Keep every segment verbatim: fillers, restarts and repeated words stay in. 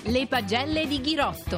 Le pagelle di Ghirotto.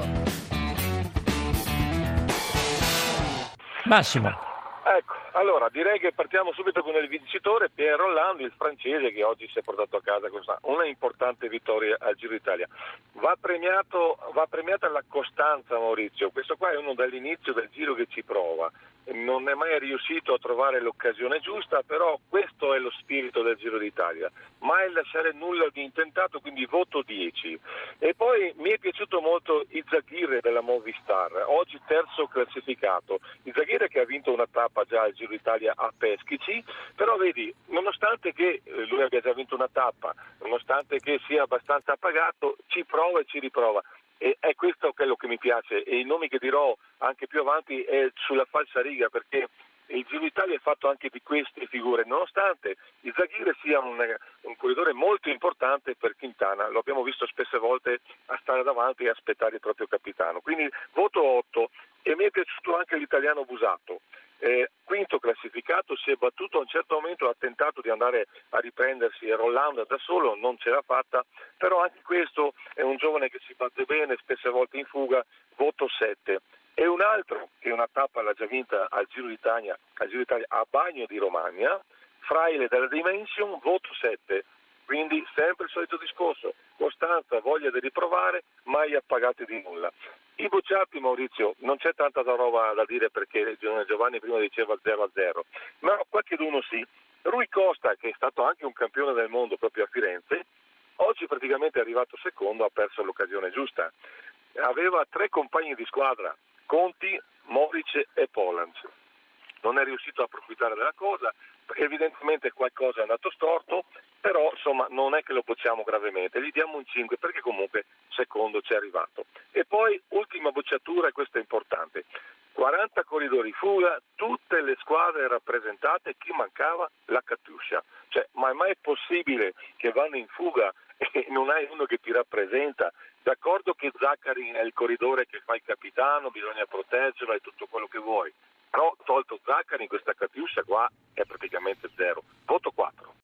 Massimo. Ecco, allora direi che partiamo subito con il vincitore, Pierre Rolland, il francese, che oggi si è portato a casa questa una importante vittoria al Giro d'Italia. Va premiato, va premiata la costanza, Maurizio. Questo qua è uno dall'inizio del Giro che ci prova. Non è mai riuscito a trovare l'occasione giusta, però questo è lo spirito del Giro d'Italia, mai lasciare nulla di intentato, quindi voto dieci. E poi mi è piaciuto molto Izagirre della Movistar, oggi terzo classificato. Izagirre che ha vinto una tappa già al Giro d'Italia a Peschici, però vedi, nonostante che lui abbia già vinto una tappa, nonostante che sia abbastanza appagato, ci prova e ci riprova. E è questo quello che mi piace, e i nomi che dirò anche più avanti è sulla falsariga, perché il Giro d'Italia è fatto anche di queste figure, nonostante Izagirre sia un, un corridore molto importante per Quintana, lo abbiamo visto spesse volte a stare davanti e aspettare il proprio capitano, quindi voto otto. E mi è piaciuto anche l'italiano Busato, eh, quinto classificato, si è battuto a un certo momento, ha tentato di andare a riprendersi e Rolland da solo non ce l'ha fatta, però anche questo è un giovane che si batte bene, spesse volte in fuga, voto sette. E un altro che una tappa l'ha già vinta al Giro d'Italia, al Giro d'Italia a Bagno di Romagna, Fraile della Dimension, voto sette. Quindi sempre il solito discorso, costanza, voglia di riprovare, mai appagati di nulla. I bocciati, Maurizio, non c'è tanta roba da dire perché Giovanni prima diceva zero a zero, ma qualcheduno sì. Rui Costa, che è stato anche un campione del mondo proprio a Firenze, oggi praticamente è arrivato secondo, ha perso l'occasione giusta. Aveva tre compagni di squadra, Conti, Morice e Polans. Non è riuscito a approfittare della cosa, evidentemente qualcosa è andato storto, però insomma non è che lo bocciamo gravemente, gli diamo un cinque perché comunque secondo ci è arrivato. E poi ultima bocciatura, e questo è importante, quaranta corridori fuga, tutte le squadre rappresentate, chi mancava? La Katusha. Cioè, ma è mai possibile che vanno in fuga e non hai uno che ti rappresenta? D'accordo che Zaccari è il corridore che fa il capitano, bisogna proteggerlo e tutto quello che vuoi, però tolto Zaccari in questa Katusha qua è praticamente zero. Voto quattro.